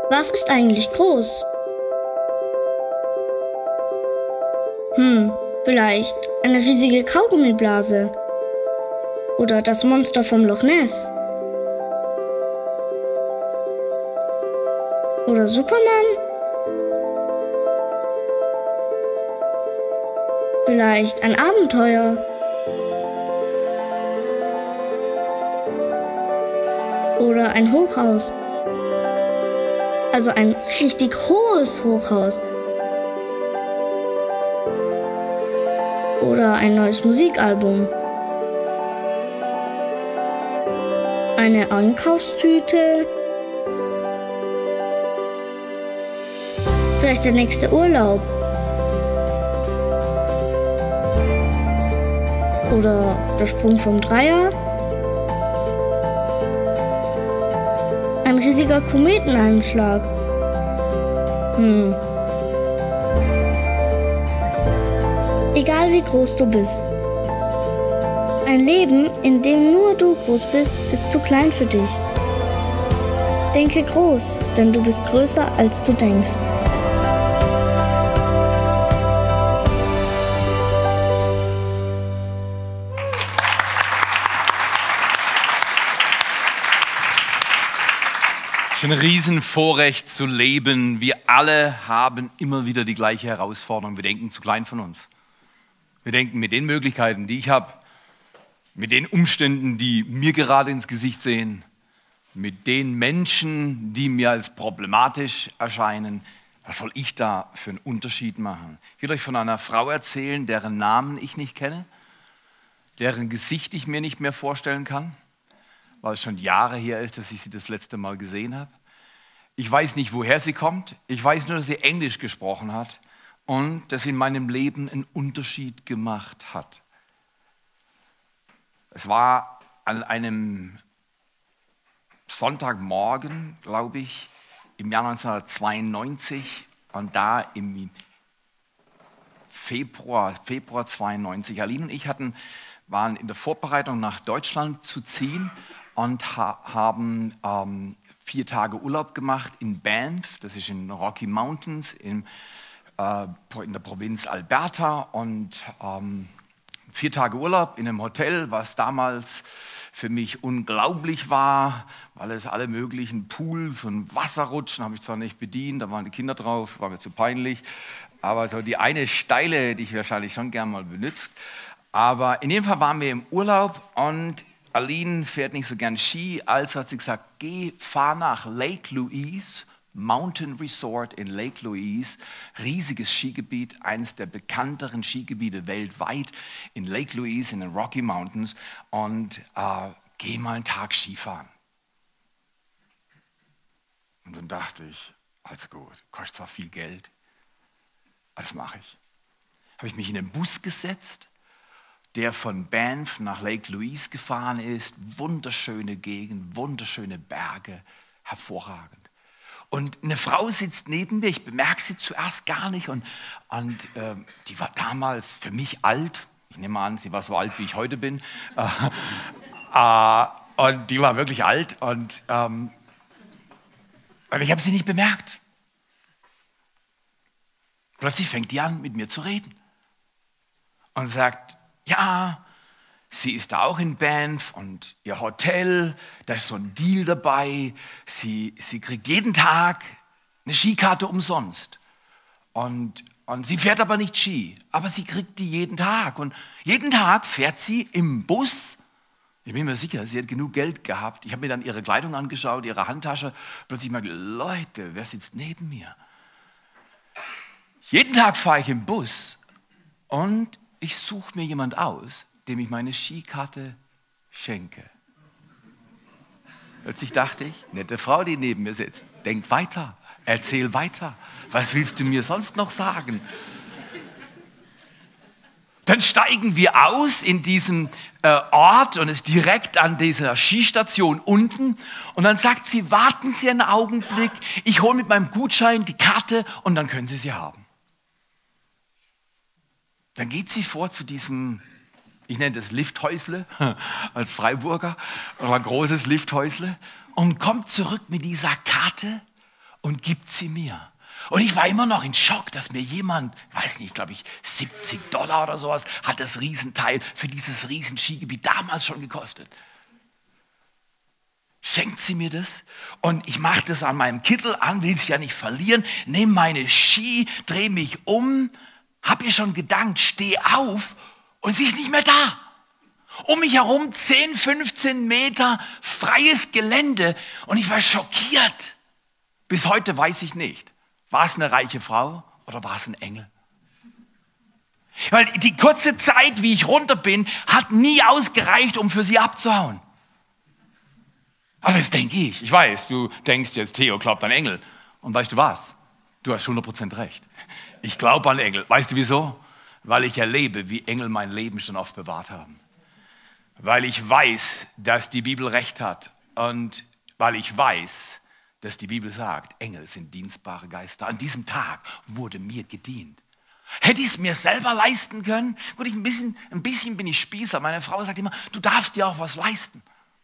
Was ist eigentlich groß? Vielleicht eine riesige Kaugummiblase. Oder das Monster vom Loch Ness. Oder Superman? Vielleicht ein Abenteuer. Oder ein Hochhaus. Also ein richtig hohes Hochhaus. Oder ein neues Musikalbum. Eine Einkaufstüte. Vielleicht der nächste Urlaub. Oder der Sprung vom Dreier. Ein riesiger Kometeneinschlag. Egal wie groß du bist. Ein Leben, in dem nur du groß bist, ist zu klein für dich. Denke groß, denn du bist größer, als du denkst. Es ist ein Riesenvorrecht zu leben. Wir alle haben immer wieder die gleiche Herausforderung. Wir denken zu klein von uns. Wir denken mit den Möglichkeiten, die ich habe, mit den Umständen, die mir gerade ins Gesicht sehen, mit den Menschen, die mir als problematisch erscheinen, was soll ich da für einen Unterschied machen? Ich will euch von einer Frau erzählen, deren Namen ich nicht kenne, deren Gesicht ich mir nicht mehr vorstellen kann, weil es schon Jahre her ist, dass ich sie das letzte Mal gesehen habe. Ich weiß nicht, woher sie kommt. Ich weiß nur, dass sie Englisch gesprochen hat und dass sie in meinem Leben einen Unterschied gemacht hat. Es war an einem Sonntagmorgen, glaube ich, im Jahr 1992 und da im Februar 92. Aline und ich waren in der Vorbereitung, nach Deutschland zu ziehen und haben 4 Tage Urlaub gemacht in Banff, das ist in Rocky Mountains in der Provinz Alberta, und 4 Tage Urlaub in einem Hotel, was damals für mich unglaublich war, weil es alle möglichen Pools und Wasserrutschen habe ich zwar nicht bedient, da waren die Kinder drauf, war mir zu peinlich, aber so die eine Steile hätte ich wahrscheinlich schon gern mal benutzt. Aber in jedem Fall waren wir im Urlaub und Aline fährt nicht so gern Ski, also hat sie gesagt, fahr nach Lake Louise, Mountain Resort in Lake Louise, riesiges Skigebiet, eines der bekannteren Skigebiete weltweit in Lake Louise in den Rocky Mountains, und geh mal einen Tag Skifahren. Und dann dachte ich, also gut, kostet zwar viel Geld, was mache ich? Habe ich mich in den Bus gesetzt, der von Banff nach Lake Louise gefahren ist, wunderschöne Gegend, wunderschöne Berge, hervorragend. Und eine Frau sitzt neben mir, ich bemerke sie zuerst gar nicht, und die war damals für mich alt, ich nehme an, sie war so alt, wie ich heute bin, und die war wirklich alt, und ich habe sie nicht bemerkt. Plötzlich fängt die an, mit mir zu reden und sagt, ja, sie ist da auch in Banff und ihr Hotel, da ist so ein Deal dabei. Sie kriegt jeden Tag eine Skikarte umsonst. Und sie fährt aber nicht Ski, aber sie kriegt die jeden Tag. Und jeden Tag fährt sie im Bus. Ich bin mir sicher, sie hat genug Geld gehabt. Ich habe mir dann ihre Kleidung angeschaut, ihre Handtasche. Plötzlich merke ich, Leute, wer sitzt neben mir? Jeden Tag fahre ich im Bus und ich suche mir jemand aus, dem ich meine Skikarte schenke. Plötzlich dachte ich, nette Frau, die neben mir sitzt, denk weiter, erzähl weiter. Was willst du mir sonst noch sagen? Dann steigen wir aus in diesem Ort und ist direkt an dieser Skistation unten. Und dann sagt sie, warten Sie einen Augenblick, ich hole mit meinem Gutschein die Karte und dann können Sie sie haben. Dann geht sie vor zu diesem, ich nenne das Lifthäusle als Freiburger, aber ein großes Lifthäusle, und kommt zurück mit dieser Karte und gibt sie mir. Und ich war immer noch in Schock, dass mir jemand, weiß nicht, glaube ich, $70 oder sowas, hat das Riesenteil für dieses Riesenskigebiet damals schon gekostet. Schenkt sie mir das? Und ich mache das an meinem Kittel an, will es ja nicht verlieren, nehme meine Ski, drehe mich um, habe ihr schon gedankt, stehe auf und sie ist nicht mehr da. Um mich herum 10, 15 Meter freies Gelände und ich war schockiert. Bis heute weiß ich nicht, war es eine reiche Frau oder war es ein Engel? Weil die kurze Zeit, wie ich runter bin, hat nie ausgereicht, um für sie abzuhauen. Also das denke ich. Ich weiß, du denkst jetzt, Theo glaubt an Engel. Und weißt du was? Du hast 100% recht. Ich glaube an Engel. Weißt du wieso? Weil ich erlebe, wie Engel mein Leben schon oft bewahrt haben. Weil ich weiß, dass die Bibel recht hat. Und weil ich weiß, dass die Bibel sagt, Engel sind dienstbare Geister. An diesem Tag wurde mir gedient. Hätte ich es mir selber leisten können? Gut, ein bisschen bin ich Spießer. Meine Frau sagt immer, du darfst dir auch was leisten.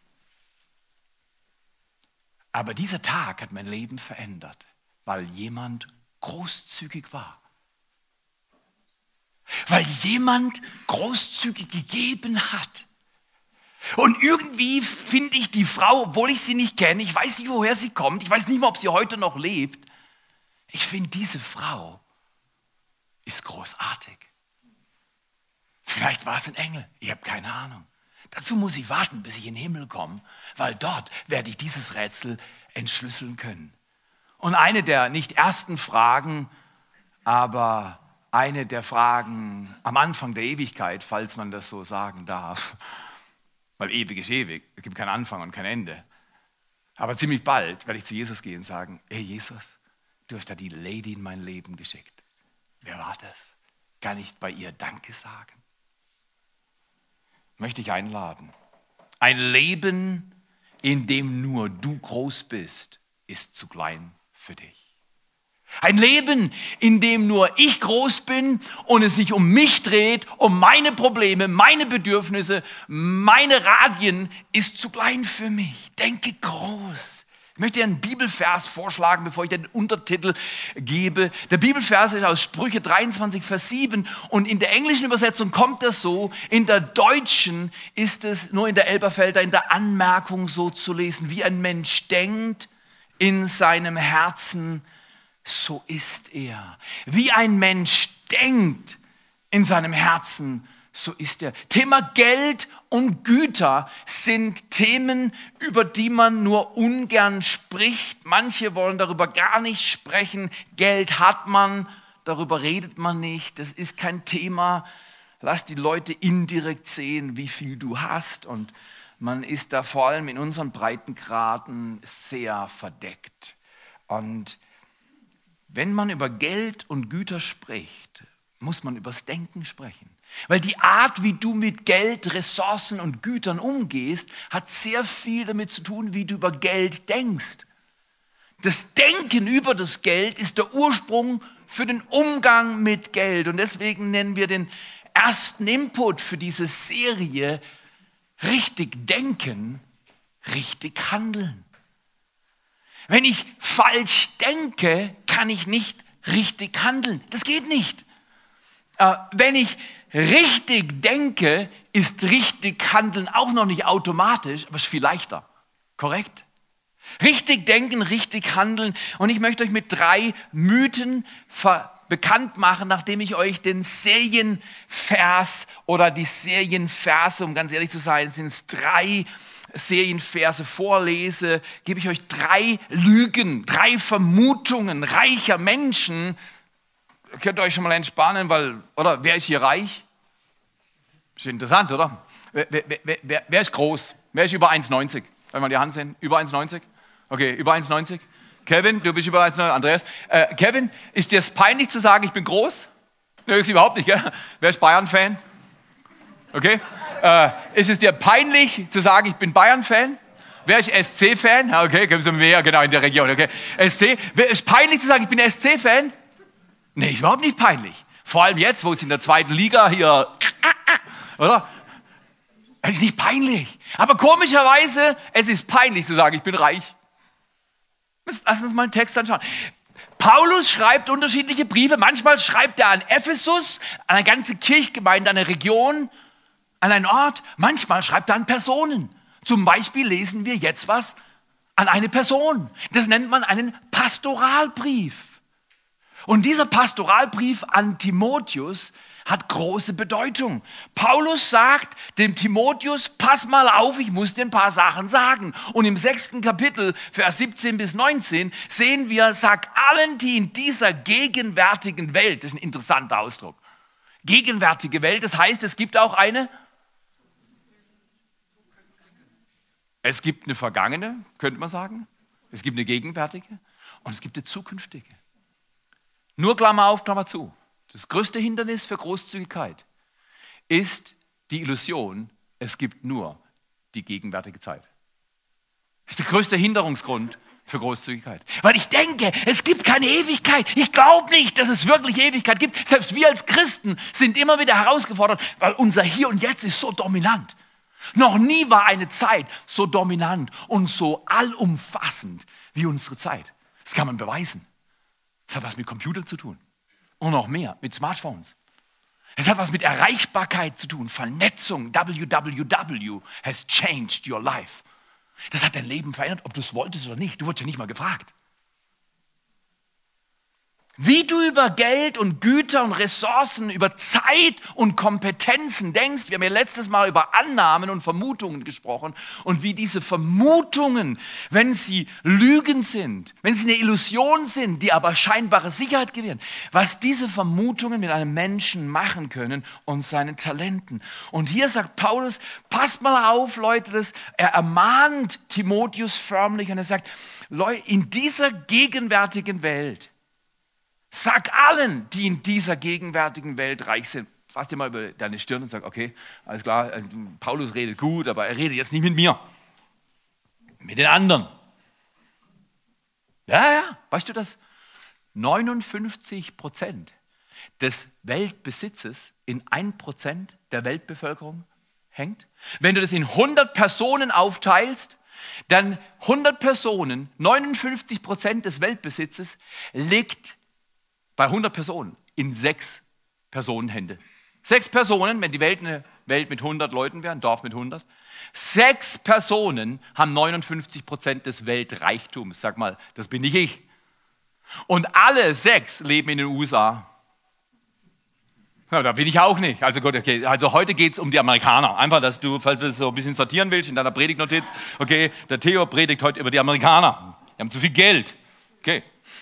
Aber dieser Tag hat mein Leben verändert, weil jemand großzügig war. Weil jemand großzügig gegeben hat. Und irgendwie finde ich die Frau, obwohl ich sie nicht kenne, ich weiß nicht, woher sie kommt, ich weiß nicht mal, ob sie heute noch lebt. Ich finde, diese Frau ist großartig. Vielleicht war es ein Engel, ich habe keine Ahnung. Dazu muss ich warten, bis ich in den Himmel komme, weil dort werde ich dieses Rätsel entschlüsseln können. Und eine der nicht ersten Fragen, aber eine der Fragen am Anfang der Ewigkeit, falls man das so sagen darf, weil ewig ist ewig, es gibt keinen Anfang und kein Ende. Aber ziemlich bald werde ich zu Jesus gehen und sagen, hey Jesus, du hast da die Lady in mein Leben geschickt. Wer war das? Kann ich bei ihr Danke sagen? Möchte ich einladen. Ein Leben, in dem nur du groß bist, ist zu klein für dich. Ein Leben, in dem nur ich groß bin und es sich um mich dreht, um meine Probleme, meine Bedürfnisse, meine Radien, ist zu klein für mich. Denke groß. Ich möchte dir einen Bibelvers vorschlagen, bevor ich den Untertitel gebe. Der Bibelvers ist aus Sprüche 23, Vers 7. Und in der englischen Übersetzung kommt das so. In der deutschen ist es nur in der Elberfelder, in der Anmerkung so zu lesen. Wie ein Mensch denkt in seinem Herzen, so ist er. Wie ein Mensch denkt in seinem Herzen, so ist er. Thema Geld und Güter sind Themen, über die man nur ungern spricht. Manche wollen darüber gar nicht sprechen. Geld hat man, darüber redet man nicht. Das ist kein Thema. Lass die Leute indirekt sehen, wie viel du hast. Und man ist da vor allem in unseren Breitengraden sehr verdeckt. Und wenn man über Geld und Güter spricht, muss man übers Denken sprechen. Weil die Art, wie du mit Geld, Ressourcen und Gütern umgehst, hat sehr viel damit zu tun, wie du über Geld denkst. Das Denken über das Geld ist der Ursprung für den Umgang mit Geld. Und deswegen nennen wir den ersten Input für diese Serie richtig denken, richtig handeln. Wenn ich falsch denke, kann ich nicht richtig handeln. Das geht nicht. Wenn ich richtig denke, ist richtig handeln auch noch nicht automatisch, aber es ist viel leichter. Korrekt? Richtig denken, richtig handeln. Und ich möchte euch mit 3 Mythen bekannt machen, nachdem ich euch den Serienvers oder die Serienverse, um ganz ehrlich zu sein, sind es 3 Serienverse vorlese, gebe ich euch 3 Lügen, 3 Vermutungen reicher Menschen. Könnt ihr euch schon mal entspannen, oder wer ist hier reich? Ist interessant, oder? Wer ist groß? Wer ist über 1,90? Wenn wir die Hand sehen, über 1,90? Okay, über 1,90. Kevin, du bist über 1,90. Andreas, Kevin, ist dir es peinlich zu sagen, ich bin groß? Nö, ist überhaupt nicht, gell? Wer ist Bayern-Fan? Okay. Ist es dir peinlich zu sagen, ich bin Bayern-Fan? Wer ist SC-Fan? Okay, können Sie mehr, genau, in der Region. Okay. SC. Wer ist peinlich zu sagen, ich bin SC-Fan? Nee, ist überhaupt nicht peinlich. Vor allem jetzt, wo es in der 2. Liga hier, oder? Es ist nicht peinlich. Aber komischerweise, es ist peinlich zu sagen, ich bin reich. Lass uns mal einen Text anschauen. Paulus schreibt unterschiedliche Briefe. Manchmal schreibt er an Ephesus, an eine ganze Kirchgemeinde, an eine Region, an einen Ort. Manchmal schreibt er an Personen. Zum Beispiel lesen wir jetzt was an eine Person. Das nennt man einen Pastoralbrief. Und dieser Pastoralbrief an Timotheus hat große Bedeutung. Paulus sagt dem Timotheus, pass mal auf, ich muss dir ein paar Sachen sagen. Und im 6. Kapitel, Vers 17 bis 19, sehen wir, sag allen, die in dieser gegenwärtigen Welt, das ist ein interessanter Ausdruck, gegenwärtige Welt, das heißt, es gibt auch eine vergangene, könnte man sagen, es gibt eine gegenwärtige und es gibt eine zukünftige. Nur Klammer auf, Klammer zu. Das größte Hindernis für Großzügigkeit ist die Illusion, es gibt nur die gegenwärtige Zeit. Das ist der größte Hinderungsgrund für Großzügigkeit. Weil ich denke, es gibt keine Ewigkeit. Ich glaube nicht, dass es wirklich Ewigkeit gibt. Selbst wir als Christen sind immer wieder herausgefordert, weil unser Hier und Jetzt ist so dominant. Noch nie war eine Zeit so dominant und so allumfassend wie unsere Zeit. Das kann man beweisen. Das hat was mit Computern zu tun. Und noch mehr, mit Smartphones. Es hat was mit Erreichbarkeit zu tun, Vernetzung. www has changed your life. Das hat dein Leben verändert, ob du es wolltest oder nicht. Du wurdest ja nicht mal gefragt. Wie du über Geld und Güter und Ressourcen, über Zeit und Kompetenzen denkst. Wir haben ja letztes Mal über Annahmen und Vermutungen gesprochen. Und wie diese Vermutungen, wenn sie Lügen sind, wenn sie eine Illusion sind, die aber scheinbare Sicherheit gewähren, was diese Vermutungen mit einem Menschen machen können und seinen Talenten. Und hier sagt Paulus, passt mal auf, Leute, er ermahnt Timotheus förmlich und er sagt, Leute, in dieser gegenwärtigen Welt, sag allen, die in dieser gegenwärtigen Welt reich sind. Fass dir mal über deine Stirn und sag, okay, alles klar, Paulus redet gut, aber er redet jetzt nicht mit mir. Mit den anderen. Ja, weißt du das? 59% des Weltbesitzes in 1% der Weltbevölkerung hängt. Wenn du das in 100 Personen aufteilst, dann 100 Personen, 59% des Weltbesitzes liegt bei 100 Personen in 6 Personenhände. 6 Personen, wenn die Welt eine Welt mit 100 Leuten wäre, ein Dorf mit 100, 6 Personen haben 59% des Weltreichtums. Sag mal, das bin nicht ich. Und alle 6 leben in den USA. Ja, da bin ich auch nicht. Also gut, okay. Also heute geht es um die Amerikaner. Einfach, dass du, falls du das so ein bisschen sortieren willst in deiner Predigtnotiz, okay, der Theo predigt heute über die Amerikaner. Die haben zu viel Geld. Okay.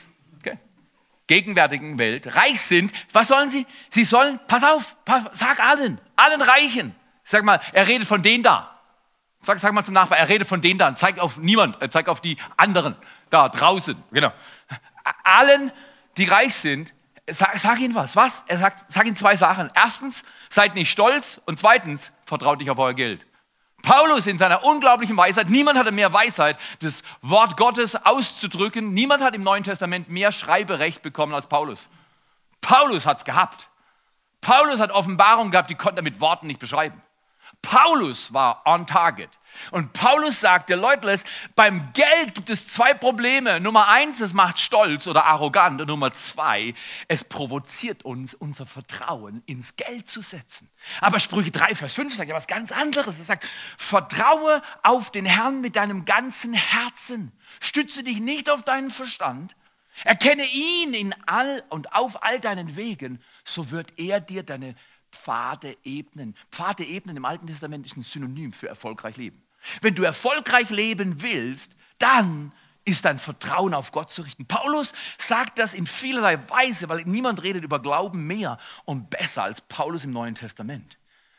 Gegenwärtigen Welt reich sind, was sollen sie? Sie sollen, pass auf, sag allen Reichen. Sag mal, er redet von denen da. Sag mal zum Nachbarn, er redet von denen da. Zeig auf niemand, zeig auf die anderen da draußen. Genau. Allen, die reich sind, sag ihnen was. Was? Sag ihnen 2 Sachen. Erstens, seid nicht stolz und zweitens, vertraut nicht auf euer Geld. Paulus in seiner unglaublichen Weisheit, niemand hatte mehr Weisheit, das Wort Gottes auszudrücken. Niemand hat im Neuen Testament mehr Schreiberecht bekommen als Paulus. Paulus hat es gehabt. Paulus hat Offenbarungen gehabt, die konnte er mit Worten nicht beschreiben. Paulus war on target. Und Paulus sagte, Leute, beim Geld gibt es 2 Probleme. Nummer 1, es macht stolz oder arrogant. Und Nummer 2, es provoziert uns, unser Vertrauen ins Geld zu setzen. Aber Sprüche 3, Vers 5 sagt ja was ganz anderes. Es sagt, vertraue auf den Herrn mit deinem ganzen Herzen. Stütze dich nicht auf deinen Verstand. Erkenne ihn in all und auf all deinen Wegen, so wird er dir deine Pfade ebnen. Pfade ebnen im Alten Testament ist ein Synonym für erfolgreich leben. Wenn du erfolgreich leben willst, dann ist dein Vertrauen auf Gott zu richten. Paulus sagt das in vielerlei Weise, weil niemand redet über Glauben mehr und besser als Paulus im Neuen Testament.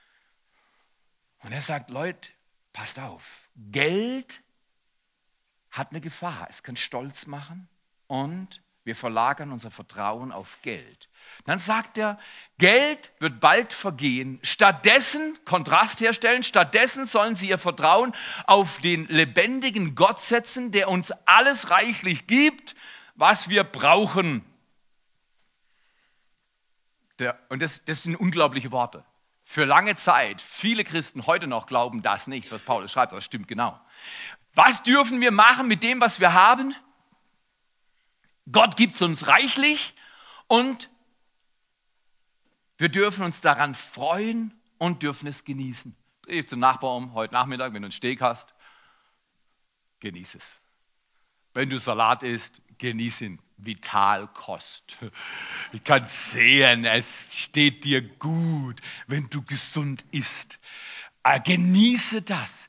Und er sagt, Leute, passt auf, Geld hat eine Gefahr. Es kann stolz machen und wir verlagern unser Vertrauen auf Geld. Dann sagt er, Geld wird bald vergehen. Stattdessen, Kontrast herstellen, stattdessen sollen sie ihr Vertrauen auf den lebendigen Gott setzen, der uns alles reichlich gibt, was wir brauchen. Und das sind unglaubliche Worte. Für lange Zeit, viele Christen heute noch glauben das nicht, was Paulus schreibt, aber das stimmt genau. Was dürfen wir machen mit dem, was wir haben? Gott gibt es uns reichlich und wir dürfen uns daran freuen und dürfen es genießen. Dreh ich zum Nachbarn heute Nachmittag, wenn du einen Steak hast, genieß es. Wenn du Salat isst, genieß ihn. Vitalkost. Ich kann sehen, es steht dir gut, wenn du gesund isst. Genieße das.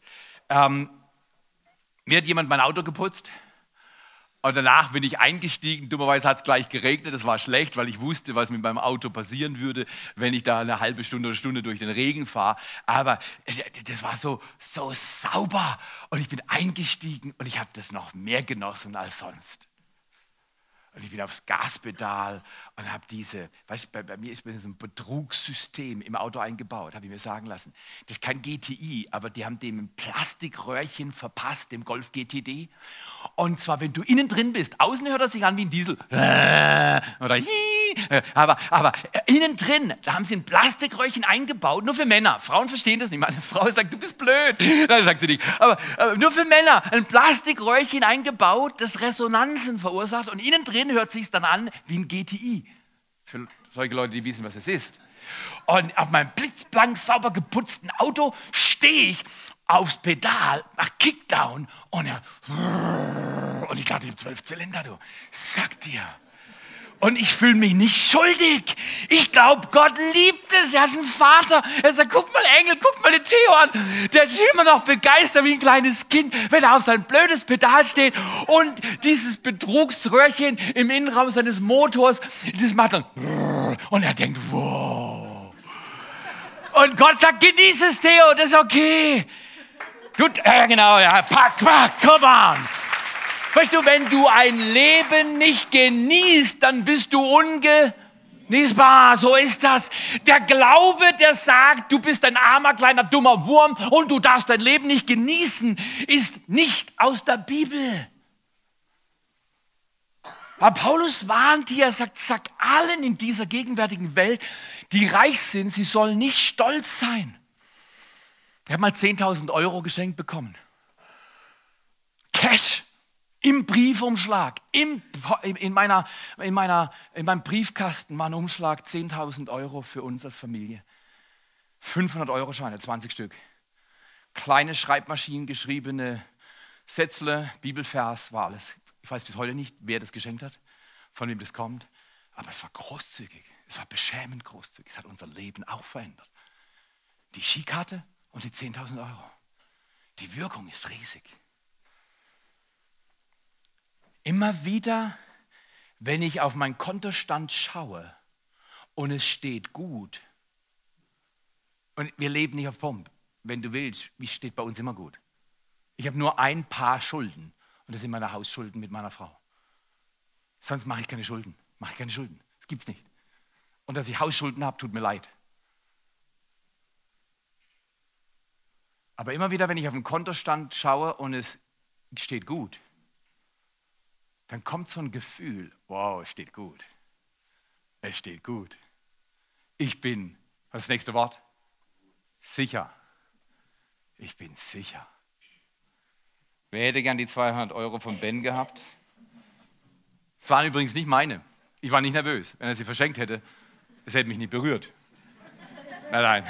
Mir hat jemand mein Auto geputzt. Und danach bin ich eingestiegen, dummerweise hat es gleich geregnet, das war schlecht, weil ich wusste, was mit meinem Auto passieren würde, wenn ich da eine halbe Stunde oder Stunde durch den Regen fahre. Aber das war so sauber und ich bin eingestiegen und ich habe das noch mehr genossen als sonst. Und ich bin aufs Gaspedal und habe bei mir ist so ein Betrugssystem im Auto eingebaut, habe ich mir sagen lassen. Das ist kein GTI, aber die haben dem ein Plastikröhrchen verpasst, dem Golf GTD. Und zwar, wenn du innen drin bist, außen hört er sich an wie ein Diesel. Oder aber innen drin, da haben sie ein Plastikröhrchen eingebaut, nur für Männer. Frauen verstehen das nicht. Meine Frau sagt, du bist blöd. Nein, sagt sie nicht. Aber nur für Männer, ein Plastikröhrchen eingebaut, das Resonanzen verursacht. Und innen drin hört sich dann an wie ein GTI. Für solche Leute, die wissen, was es ist. Und auf meinem blitzblank sauber geputzten Auto stehe ich aufs Pedal, mach Kickdown und ich dachte, ich habe 12 Zylinder, du. Sag dir. Und ich fühle mich nicht schuldig. Ich glaube, Gott liebt es. Er ist ein Vater. Er sagt, guck mal Engel, guck mal den Theo an. Der ist immer noch begeistert wie ein kleines Kind, wenn er auf sein blödes Pedal steht und dieses Betrugsröhrchen im Innenraum seines Motors, das macht dann und er denkt, wow. Und Gott sagt, genieß es, Theo, das ist okay. Gut, genau, ja, pack, come on. Weißt du, wenn du ein Leben nicht genießt, dann bist du ungenießbar. So ist das. Der Glaube, der sagt, du bist ein armer, kleiner, dummer Wurm und du darfst dein Leben nicht genießen, ist nicht aus der Bibel. Aber Paulus warnt hier, er sagt allen in dieser gegenwärtigen Welt, die reich sind, sie sollen nicht stolz sein. Ich habe mal 10.000 Euro geschenkt bekommen. Cash. Im Briefumschlag, in meinem Briefkasten war ein Umschlag 10.000 Euro für uns als Familie. 500-Euro-Scheine, 20 Stück. Kleine Schreibmaschinen geschriebene Sätzle, Bibelvers, war alles. Ich weiß bis heute nicht, wer das geschenkt hat, von wem das kommt. Aber es war großzügig, es war beschämend großzügig. Es hat unser Leben auch verändert. Die Skikarte und die 10.000 Euro. Die Wirkung ist riesig. Immer wieder, wenn ich auf meinen Kontostand schaue und es steht gut, und wir leben nicht auf Pump, wenn du willst, wie steht bei uns immer gut. Ich habe nur ein paar Schulden und das sind meine Hausschulden mit meiner Frau. Sonst mache ich keine Schulden. Das gibt es nicht. Und dass ich Hausschulden habe, tut mir leid. Aber immer wieder, wenn ich auf den Kontostand schaue und es steht gut, dann kommt so ein Gefühl, wow, es steht gut. Es steht gut. Ich bin, was ist das nächste Wort? Sicher. Ich bin sicher. Wer hätte gern die 200 Euro von Ben gehabt? Es waren übrigens nicht meine. Ich war nicht nervös. Wenn er sie verschenkt hätte, es hätte mich nicht berührt. Nein.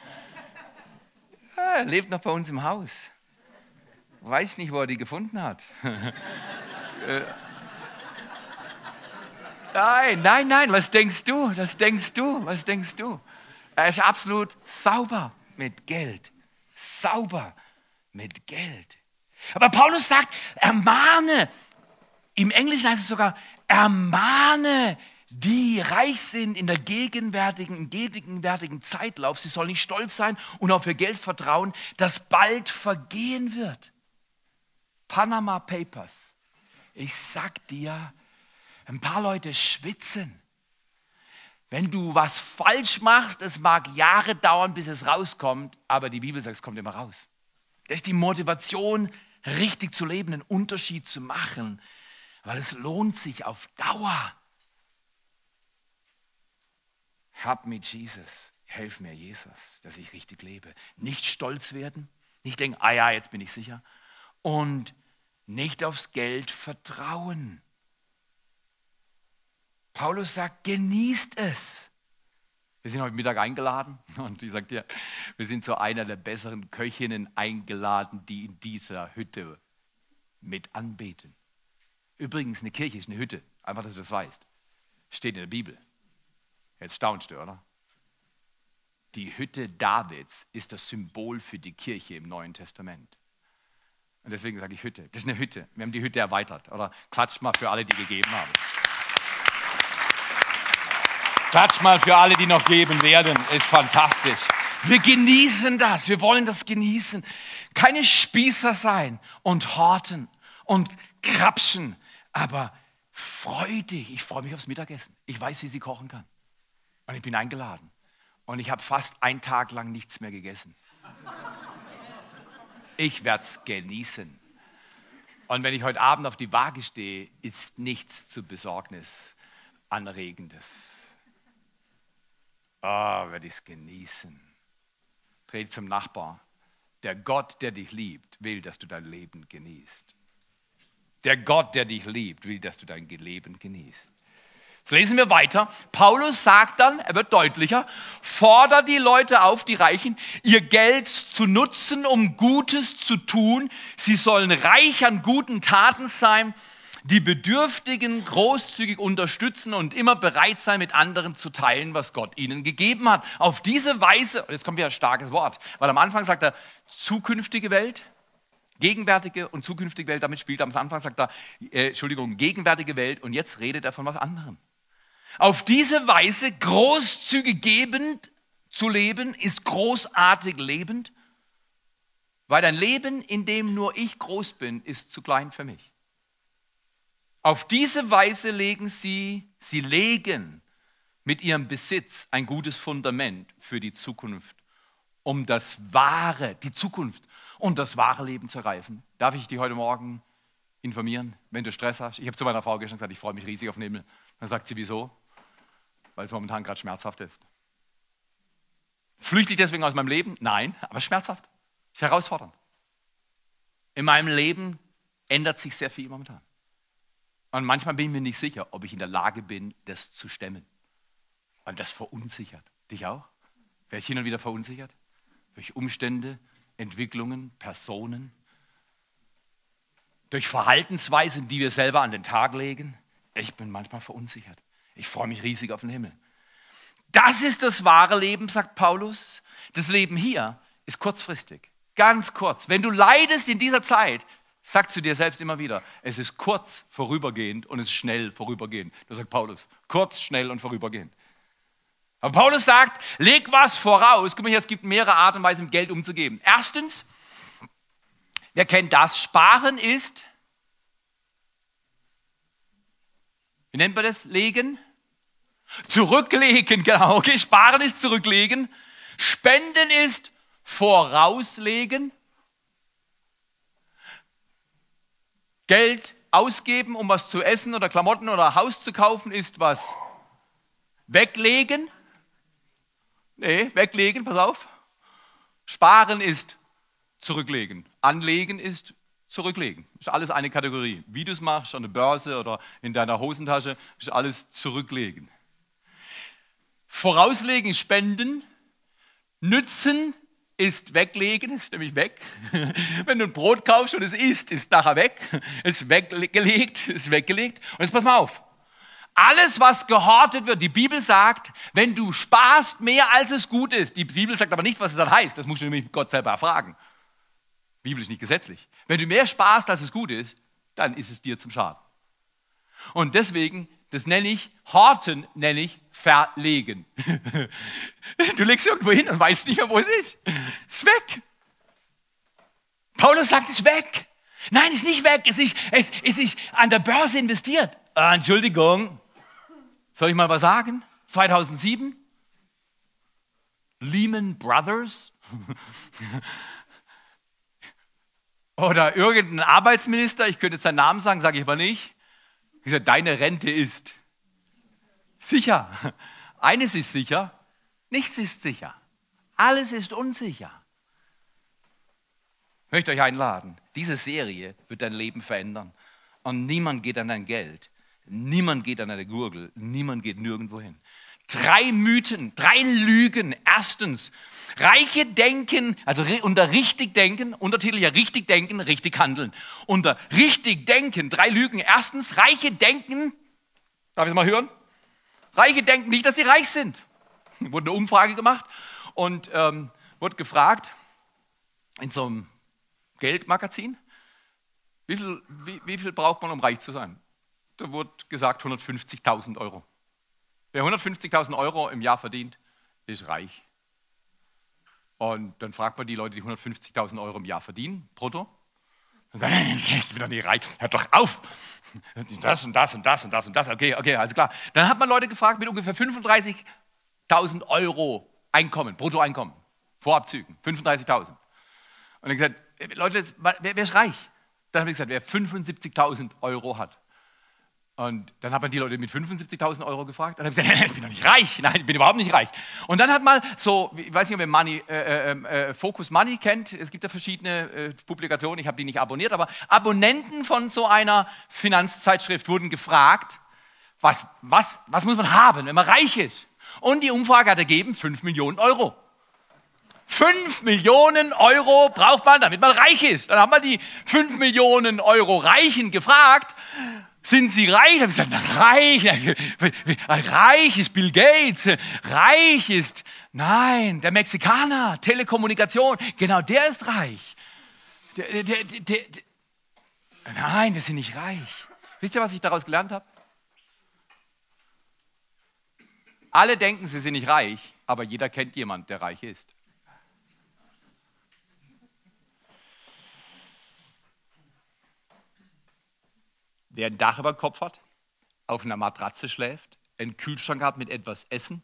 Er lebt noch bei uns im Haus. Weiß nicht, wo er die gefunden hat. Nein, was denkst du? Er ist absolut sauber mit Geld. Aber Paulus sagt, ermahne, im Englischen heißt es sogar, ermahne, die reich sind in der gegenwärtigen Zeitlauf. Sie sollen nicht stolz sein und auf ihr Geld vertrauen, das bald vergehen wird. Panama Papers. Ich sag dir, ein paar Leute schwitzen. Wenn du was falsch machst, es mag Jahre dauern, bis es rauskommt, aber die Bibel sagt, es kommt immer raus. Das ist die Motivation, richtig zu leben, einen Unterschied zu machen, weil es lohnt sich auf Dauer. Help me, Jesus. Helf mir, Jesus, dass ich richtig lebe. Nicht stolz werden, nicht denken, jetzt bin ich sicher. Und nicht aufs Geld vertrauen. Paulus sagt, genießt es. Wir sind heute Mittag eingeladen und ich sage dir, wir sind zu einer der besseren Köchinnen eingeladen, die in dieser Hütte mit anbeten. Übrigens, eine Kirche ist eine Hütte, einfach, dass du das weißt. Steht in der Bibel. Jetzt staunst du, oder? Die Hütte Davids ist das Symbol für die Kirche im Neuen Testament. Und deswegen sage ich Hütte. Das ist eine Hütte. Wir haben die Hütte erweitert. Oder klatscht mal für alle, die gegeben haben. Klatsch mal für alle, die noch geben werden. Ist fantastisch. Wir genießen das. Wir wollen das genießen. Keine Spießer sein und horten und krapschen, aber freudig. Ich freue mich aufs Mittagessen. Ich weiß, wie sie kochen kann. Und ich bin eingeladen. Und ich habe fast einen Tag lang nichts mehr gegessen. Ich werde es genießen. Und wenn ich heute Abend auf die Waage stehe, ist nichts zu Besorgnisanregendes. Werde ich es genießen. Dreh zum Nachbar. Der Gott, der dich liebt, will, dass du dein Leben genießt. Der Gott, der dich liebt, will, dass du dein Leben genießt. Jetzt lesen wir weiter. Paulus sagt dann, er wird deutlicher, fordert die Leute auf, die Reichen, ihr Geld zu nutzen, um Gutes zu tun. Sie sollen reich an guten Taten sein, die Bedürftigen großzügig unterstützen und immer bereit sein, mit anderen zu teilen, was Gott ihnen gegeben hat. Auf diese Weise, jetzt kommt wieder ein starkes Wort, weil am Anfang sagt er, zukünftige Welt, gegenwärtige und zukünftige Welt, damit spielt er am Anfang, sagt er, gegenwärtige Welt und jetzt redet er von was anderem. Auf diese Weise großzügig gebend zu leben, ist großartig lebend, weil ein Leben, in dem nur ich groß bin, ist zu klein für mich. Auf diese Weise legen sie legen mit ihrem Besitz ein gutes Fundament für die Zukunft, um die Zukunft und das wahre Leben zu ergreifen. Darf ich dich heute Morgen informieren, wenn du Stress hast? Ich habe zu meiner Frau gestern gesagt, ich freue mich riesig auf den Himmel. Dann sagt sie, wieso? Weil es momentan gerade schmerzhaft ist. Flüchte ich deswegen aus meinem Leben? Nein, aber schmerzhaft. Ist herausfordernd. In meinem Leben ändert sich sehr viel momentan. Und manchmal bin ich mir nicht sicher, ob ich in der Lage bin, das zu stemmen. Und das verunsichert. Dich auch? Wer ist hin und wieder verunsichert? Durch Umstände, Entwicklungen, Personen, durch Verhaltensweisen, die wir selber an den Tag legen. Ich bin manchmal verunsichert. Ich freue mich riesig auf den Himmel. Das ist das wahre Leben, sagt Paulus. Das Leben hier ist kurzfristig, ganz kurz. Wenn du leidest in dieser Zeit, sag zu dir selbst immer wieder, es ist kurz vorübergehend und es ist schnell vorübergehend. Das sagt Paulus. Kurz, schnell und vorübergehend. Aber Paulus sagt, leg was voraus. Guck mal hier, es gibt mehrere Arten und Weisen, Geld umzugeben. Erstens, wer kennt das? Sparen ist, wie nennt man das? Legen? Zurücklegen, genau. Okay, sparen ist zurücklegen. Spenden ist vorauslegen. Geld ausgeben, um was zu essen oder Klamotten oder Haus zu kaufen, ist was? Weglegen. Nee, weglegen, pass auf. Sparen ist zurücklegen. Anlegen ist zurücklegen. Ist alles eine Kategorie. Wie du es machst, an der Börse oder in deiner Hosentasche, ist alles zurücklegen. Vorauslegen ist spenden. Nützen ist weglegen, ist nämlich weg. Wenn du ein Brot kaufst und es isst, ist nachher weg. Ist weggelegt, ist weggelegt. Und jetzt pass mal auf. Alles, was gehortet wird, die Bibel sagt, wenn du sparst mehr als es gut ist. Die Bibel sagt aber nicht, was es dann heißt. Das musst du nämlich Gott selber erfragen. Die Bibel ist nicht gesetzlich. Wenn du mehr sparst, als es gut ist, dann ist es dir zum Schaden. Und deswegen, das nenne ich, horten nenne ich verlegen. Du legst irgendwo hin und weißt nicht mehr, wo es ist. Es ist weg. Paulus sagt, es ist weg. Nein, es ist nicht weg. Es ist an der Börse investiert. Entschuldigung. Soll ich mal was sagen? 2007? Lehman Brothers? Oder irgendein Arbeitsminister, ich könnte jetzt seinen Namen sagen, sage ich aber nicht. Ich sage, deine Rente ist sicher. Eines ist sicher, nichts ist sicher. Alles ist unsicher. Ich möchte euch einladen, diese Serie wird dein Leben verändern. Und niemand geht an dein Geld. Niemand geht an eine Gurgel, niemand geht nirgendwo hin. 3 Mythen, 3 Lügen. Erstens, Reiche denken, also unter richtig denken, Untertitel ja richtig denken, richtig handeln. Unter richtig denken, 3 Lügen. Erstens, Reiche denken, darf ich es mal hören? Reiche denken nicht, dass sie reich sind. Wurde eine Umfrage gemacht und wurde gefragt in so einem Geldmagazin, wie viel braucht man, um reich zu sein? Da wurde gesagt 150.000 Euro. Wer 150.000 Euro im Jahr verdient, ist reich. Und dann fragt man die Leute, die 150.000 Euro im Jahr verdienen, brutto. Dann sagen, ich bin doch nicht reich, hört doch auf. Das und das und das und das und das. Okay, also klar. Dann hat man Leute gefragt mit ungefähr 35.000 Euro Einkommen, Bruttoeinkommen, vor Abzügen, 35.000. Und dann gesagt, Leute, wer ist reich? Dann habe ich gesagt, wer 75.000 Euro hat. Und dann hat man die Leute mit 75.000 Euro gefragt. Und dann habe ich gesagt, ich bin doch nicht reich. Nein, ich bin überhaupt nicht reich. Und dann hat man so, ich weiß nicht, ob ihr Focus Money kennt. Es gibt ja verschiedene Publikationen, ich habe die nicht abonniert. Aber Abonnenten von so einer Finanzzeitschrift wurden gefragt, was muss man haben, wenn man reich ist? Und die Umfrage hat ergeben, 5 Millionen Euro. 5 Millionen Euro braucht man, damit man reich ist. Dann haben wir die 5 Millionen Euro Reichen gefragt, sind sie reich? Da habe ich gesagt, reich ist Bill Gates, reich ist, nein, der Mexikaner, Telekommunikation, genau der ist reich. Nein, wir sind nicht reich. Wisst ihr, was ich daraus gelernt habe? Alle denken, sie sind nicht reich, aber jeder kennt jemanden, der reich ist. Wer ein Dach über dem Kopf hat, auf einer Matratze schläft, einen Kühlschrank hat mit etwas Essen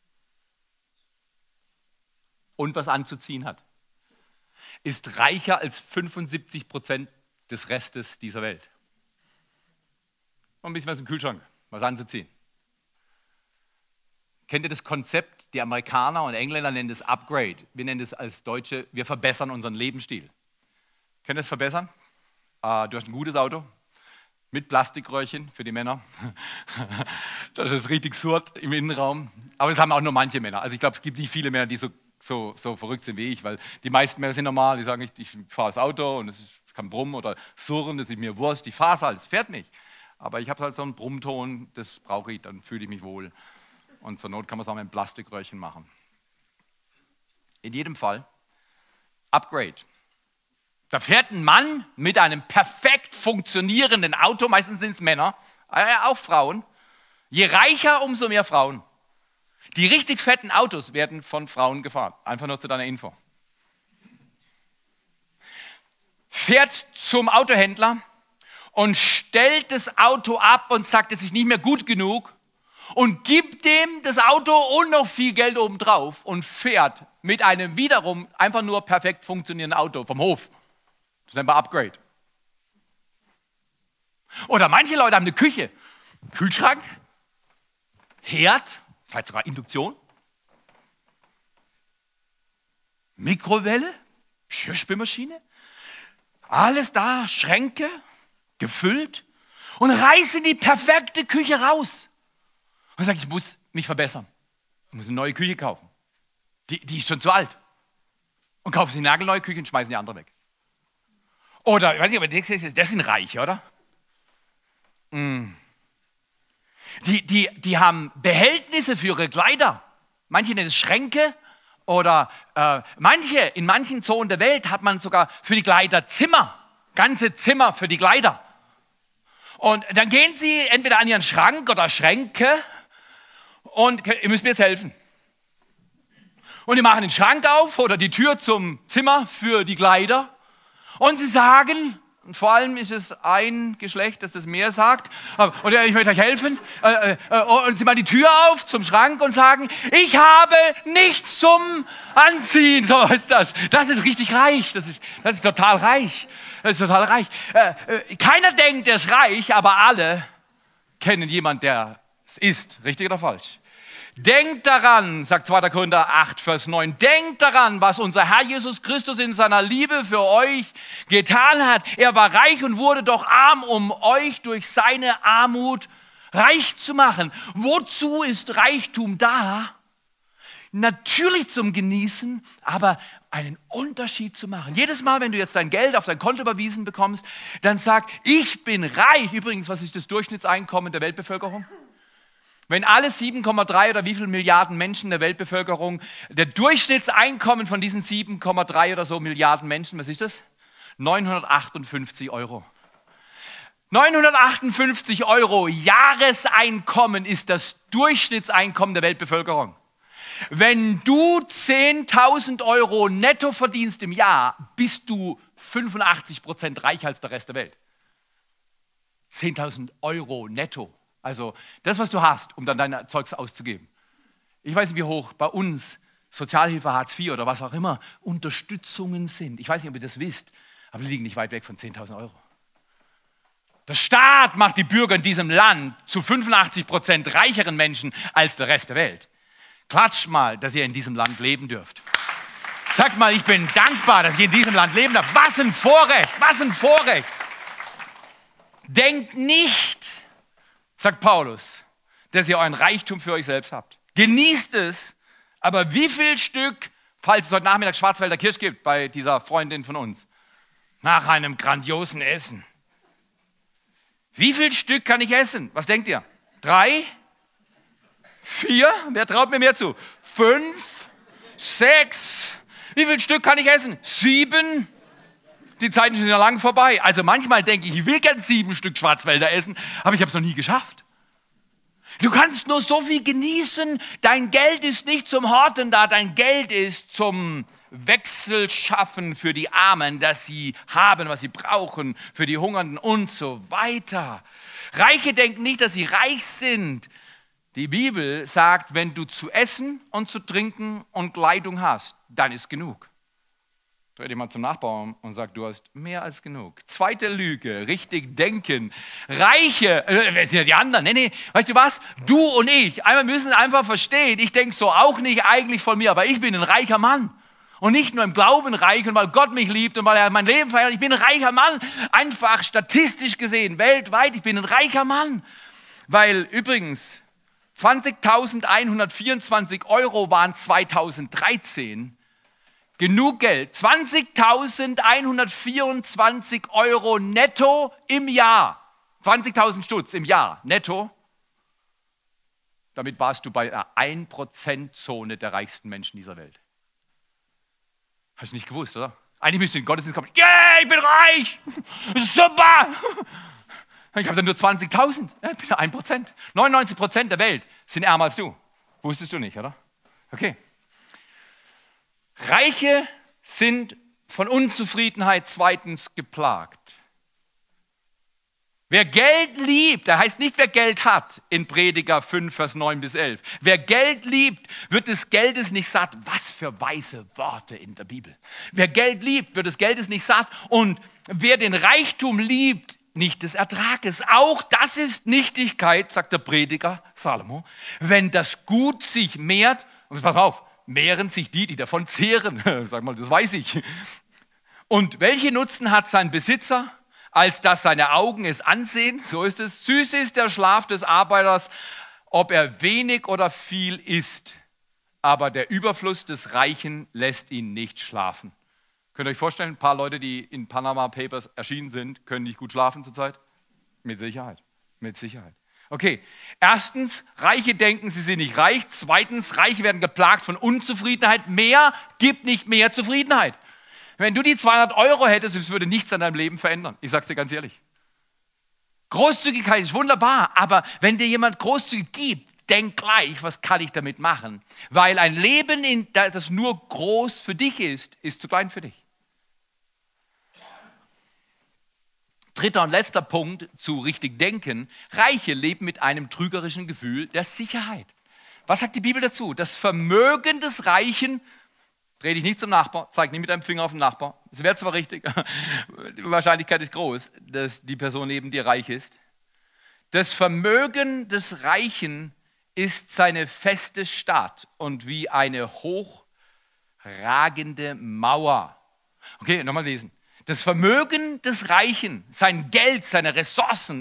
und was anzuziehen hat, ist reicher als 75% des Restes dieser Welt. Und ein bisschen was im Kühlschrank, was anzuziehen. Kennt ihr das Konzept? Die Amerikaner und Engländer nennen das Upgrade. Wir nennen das als Deutsche, wir verbessern unseren Lebensstil. Kennt ihr das verbessern? Du hast ein gutes Auto. Mit Plastikröhrchen für die Männer. Das ist richtig surrt im Innenraum. Aber das haben auch nur manche Männer. Also ich glaube, es gibt nicht viele Männer, die so verrückt sind wie ich, weil die meisten Männer sind normal, die sagen, ich fahre das Auto und es kann brummen oder surren, das ist mir Wurst, ich fahre es halt, es fährt nicht. Aber ich habe halt so einen Brummton, das brauche ich, dann fühle ich mich wohl. Und zur Not kann man es auch mit einem Plastikröhrchen machen. In jedem Fall, Upgrade. Da fährt ein Mann mit einem perfekt funktionierenden Auto, meistens sind es Männer, auch Frauen. Je reicher, umso mehr Frauen. Die richtig fetten Autos werden von Frauen gefahren. Einfach nur zu deiner Info. Fährt zum Autohändler und stellt das Auto ab und sagt, es ist nicht mehr gut genug und gibt dem das Auto und noch viel Geld obendrauf und fährt mit einem wiederum einfach nur perfekt funktionierenden Auto vom Hof. Das nennt man Upgrade. Oder manche Leute haben eine Küche, Kühlschrank, Herd, vielleicht sogar Induktion, Mikrowelle, Geschirrspülmaschine, alles da, Schränke, gefüllt und reißen die perfekte Küche raus. Und sagen, ich muss mich verbessern. Ich muss eine neue Küche kaufen. Die ist schon zu alt. Und kaufen sie eine nagelneue Küche und schmeißen die andere weg. Oder, ich weiß nicht, aber das sind Reiche, oder? Die haben Behältnisse für ihre Kleider. Manche nennen es Schränke. Oder in manchen Zonen der Welt hat man sogar für die Kleider Zimmer. Ganze Zimmer für die Kleider. Und dann gehen sie entweder an ihren Schrank oder Schränke und ihr müsst mir jetzt helfen. Und die machen den Schrank auf oder die Tür zum Zimmer für die Kleider. Und sie sagen, und vor allem ist es ein Geschlecht, das mehr sagt, und ich möchte euch helfen, und sie machen die Tür auf zum Schrank und sagen, ich habe nichts zum Anziehen. So ist das. Das ist richtig reich. Das ist total reich. Das ist total reich. Keiner denkt, er ist reich, aber alle kennen jemanden, der es ist. Richtig oder falsch? Denkt daran, sagt 2. Korinther 8, Vers 9, denkt daran, was unser Herr Jesus Christus in seiner Liebe für euch getan hat. Er war reich und wurde doch arm, um euch durch seine Armut reich zu machen. Wozu ist Reichtum da? Natürlich zum Genießen, aber einen Unterschied zu machen. Jedes Mal, wenn du jetzt dein Geld auf dein Konto überwiesen bekommst, dann sag, ich bin reich. Übrigens, was ist das Durchschnittseinkommen der Weltbevölkerung? Wenn alle 7,3 oder wie viele Milliarden Menschen der Weltbevölkerung, der Durchschnittseinkommen von diesen 7,3 oder so Milliarden Menschen, was ist das? 958 Euro. 958 Euro Jahreseinkommen ist das Durchschnittseinkommen der Weltbevölkerung. Wenn du 10.000 Euro netto verdienst im Jahr, bist du 85% reicher als der Rest der Welt. 10.000 Euro netto. Also das, was du hast, um dann dein Zeugs auszugeben. Ich weiß nicht, wie hoch bei uns Sozialhilfe, Hartz IV oder was auch immer Unterstützungen sind. Ich weiß nicht, ob ihr das wisst, aber die liegen nicht weit weg von 10.000 Euro. Der Staat macht die Bürger in diesem Land zu 85% reicheren Menschen als der Rest der Welt. Klatscht mal, dass ihr in diesem Land leben dürft. Sagt mal, ich bin dankbar, dass ich in diesem Land leben darf. Was ein Vorrecht, was ein Vorrecht. Denkt nicht, sagt Paulus, dass ihr euren Reichtum für euch selbst habt. Genießt es, aber wie viel Stück, falls es heute Nachmittag Schwarzwälder Kirsch gibt, bei dieser Freundin von uns, nach einem grandiosen Essen. Wie viel Stück kann ich essen? Was denkt ihr? 3? 4? Wer traut mir mehr zu? 5? 6? Wie viel Stück kann ich essen? 7? Die Zeiten sind ja lang vorbei. Also manchmal denke ich, ich will gern 7 Stück Schwarzwälder essen, aber ich habe es noch nie geschafft. Du kannst nur so viel genießen. Dein Geld ist nicht zum Horten da, dein Geld ist zum Wechselschaffen für die Armen, dass sie haben, was sie brauchen, für die Hungernden und so weiter. Reiche denken nicht, dass sie reich sind. Die Bibel sagt, wenn du zu essen und zu trinken und Kleidung hast, dann ist genug. Dreh dich mal zum Nachbarn und sag, du hast mehr als genug. Zweite Lüge, richtig denken. Reiche, wer sind ja die anderen? Nee, weißt du was? Du und ich, wir müssen einfach verstehen, ich denke so auch nicht eigentlich von mir, aber ich bin ein reicher Mann. Und nicht nur im Glauben reich und weil Gott mich liebt und weil er mein Leben verändert. Ich bin ein reicher Mann, einfach statistisch gesehen, weltweit, ich bin ein reicher Mann. Weil übrigens 20.124 Euro waren 2013 genug Geld. 20.124 Euro netto im Jahr. 20.000 Stutz im Jahr netto. Damit warst du bei der 1%-Zone der reichsten Menschen dieser Welt. Hast du nicht gewusst, oder? Eigentlich müsste in den Gottesdienst kommen. Yeah, ich bin reich! Super! Ich habe dann nur 20.000. Ja, ich bin 1%. 99% der Welt sind ärmer als du. Wusstest du nicht, oder? Okay. Reiche sind von Unzufriedenheit zweitens geplagt. Wer Geld liebt, der heißt nicht, wer Geld hat, in Prediger 5, Vers 9 bis 11. Wer Geld liebt, wird des Geldes nicht satt. Was für weise Worte in der Bibel. Wer Geld liebt, wird des Geldes nicht satt. Und wer den Reichtum liebt, nicht des Ertrages. Auch das ist Nichtigkeit, sagt der Prediger Salomo. Wenn das Gut sich mehrt, und pass auf, mehren sich die davon zehren. Sag mal, das weiß ich. Und welchen Nutzen hat sein Besitzer, als dass seine Augen es ansehen? So ist es. Süß ist der Schlaf des Arbeiters, ob er wenig oder viel isst. Aber der Überfluss des Reichen lässt ihn nicht schlafen. Könnt ihr euch vorstellen, ein paar Leute, die in Panama Papers erschienen sind, können nicht gut schlafen zurzeit? Mit Sicherheit. Mit Sicherheit. Okay, erstens, Reiche denken, sie sind nicht reich. Zweitens, Reiche werden geplagt von Unzufriedenheit. Mehr gibt nicht mehr Zufriedenheit. Wenn du die 200 Euro hättest, es würde nichts an deinem Leben verändern. Ich sage es dir ganz ehrlich. Großzügigkeit ist wunderbar, aber wenn dir jemand großzügig gibt, denk gleich, was kann ich damit machen? Weil ein Leben, das nur groß für dich ist zu klein für dich. Dritter und letzter Punkt zu richtig denken. Reiche leben mit einem trügerischen Gefühl der Sicherheit. Was sagt die Bibel dazu? Das Vermögen des Reichen, dreh dich nicht zum Nachbar, zeig nicht mit deinem Finger auf den Nachbar. Das wäre zwar richtig, die Wahrscheinlichkeit ist groß, dass die Person neben dir reich ist. Das Vermögen des Reichen ist seine feste Stadt und wie eine hochragende Mauer. Okay, nochmal lesen. Das Vermögen des Reichen, sein Geld, seine Ressourcen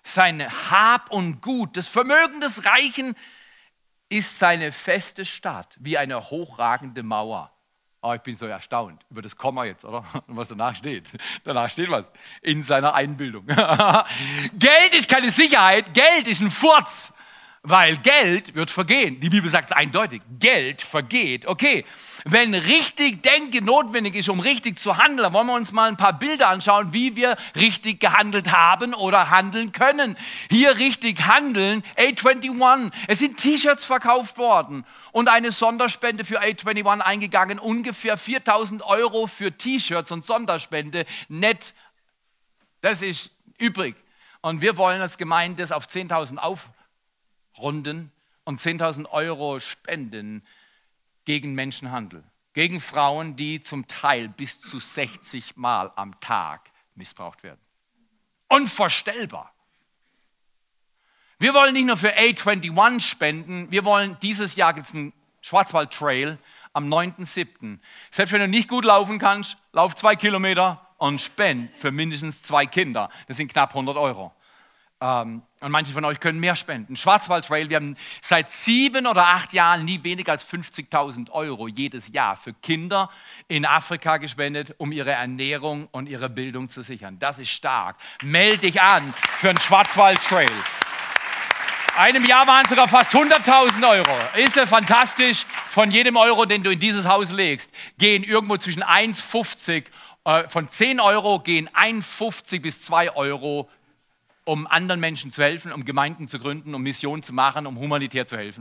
sein Hab und Gut, das Vermögen des Reichen ist seine feste Stadt, wie eine hochragende Mauer. Oh, ich bin so erstaunt über das Komma jetzt, oder? Und was danach steht. Danach steht was in seiner Einbildung. Geld ist keine Sicherheit, Geld ist ein Furz. Weil Geld wird vergehen. Die Bibel sagt es eindeutig. Geld vergeht. Okay, wenn richtig Denken notwendig ist, um richtig zu handeln, wollen wir uns mal ein paar Bilder anschauen, wie wir richtig gehandelt haben oder handeln können. Hier richtig handeln, A21. Es sind T-Shirts verkauft worden und eine Sonderspende für A21 eingegangen. Ungefähr 4.000 € für T-Shirts und Sonderspende. Nett. Das ist übrig. Und wir wollen als Gemeinde das auf 10.000 aufrunden und 10.000 € spenden gegen Menschenhandel, gegen Frauen, die zum Teil bis zu 60 Mal am Tag missbraucht werden. Unvorstellbar. Wir wollen nicht nur für A21 spenden, wir wollen, dieses Jahr gibt es einen Schwarzwald-Trail am 9.7. Selbst wenn du nicht gut laufen kannst, lauf 2 Kilometer und spend für mindestens 2 Kinder. Das sind knapp 100 €. Und manche von euch können mehr spenden. Schwarzwald-Trail, wir haben seit 7 oder 8 Jahren nie weniger als 50.000 € jedes Jahr für Kinder in Afrika gespendet, um ihre Ernährung und ihre Bildung zu sichern. Das ist stark. Meld dich an für einen Schwarzwald-Trail. Einem Jahr waren es sogar fast 100.000 €. Ist das fantastisch? Von jedem Euro, den du in dieses Haus legst, gehen irgendwo zwischen 1,50, von 10 € gehen 1,50 bis 2 €, um anderen Menschen zu helfen, um Gemeinden zu gründen, um Missionen zu machen, um humanitär zu helfen.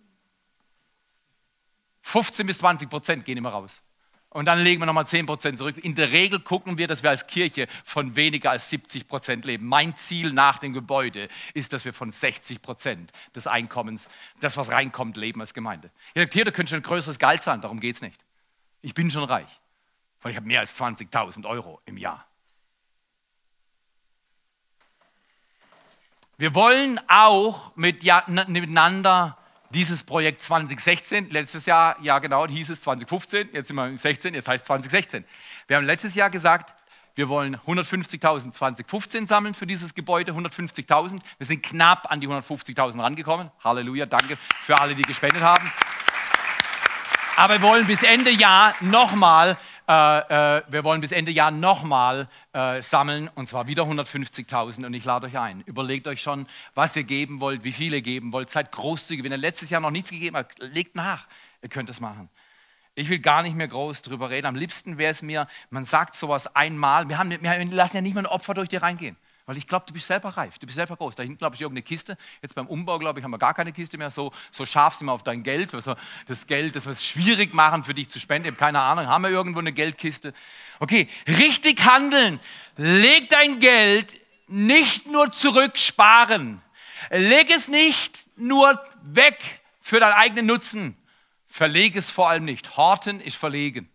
15-20% gehen immer raus. Und dann legen wir nochmal 10% zurück. In der Regel gucken wir, dass wir als Kirche von weniger als 70% leben. Mein Ziel nach dem Gebäude ist, dass wir von 60% des Einkommens, das was reinkommt, leben als Gemeinde. Ihr sagt, hier, da könnt ihr ein größeres Gehalt zahlen, darum geht es nicht. Ich bin schon reich, weil ich habe mehr als 20.000 € im Jahr. Wir wollen auch miteinander dieses Projekt 2016, letztes Jahr, ja genau, hieß es 2015, jetzt sind wir 16, jetzt heißt es 2016. Wir haben letztes Jahr gesagt, wir wollen 150.000 2015 sammeln für dieses Gebäude, 150.000. Wir sind knapp an die 150.000 rangekommen. Halleluja, danke für alle, die gespendet haben. Aber wir wollen bis Ende Jahr nochmal sammeln, und zwar wieder 150.000. Und ich lade euch ein. Überlegt euch schon, was ihr geben wollt, wie viel ihr geben wollt. Seid großzügig. Wenn ihr letztes Jahr noch nichts gegeben habt, legt nach. Ihr könnt es machen. Ich will gar nicht mehr groß drüber reden. Am liebsten wäre es mir, man sagt sowas einmal. Wir lassen ja nicht mal ein Opfer durch dir reingehen. Weil ich glaube, du bist selber reif, du bist selber groß. Da hinten, glaube ich, irgendeine Kiste. Jetzt beim Umbau, glaube ich, haben wir gar keine Kiste mehr. So scharf sind wir auf dein Geld. Also das Geld, das wir es schwierig machen für dich zu spenden. Ich habe keine Ahnung, haben wir irgendwo eine Geldkiste? Okay, richtig handeln. Leg dein Geld nicht nur zurücksparen. Leg es nicht nur weg für deinen eigenen Nutzen. Verleg es vor allem nicht. Horten ist verlegen.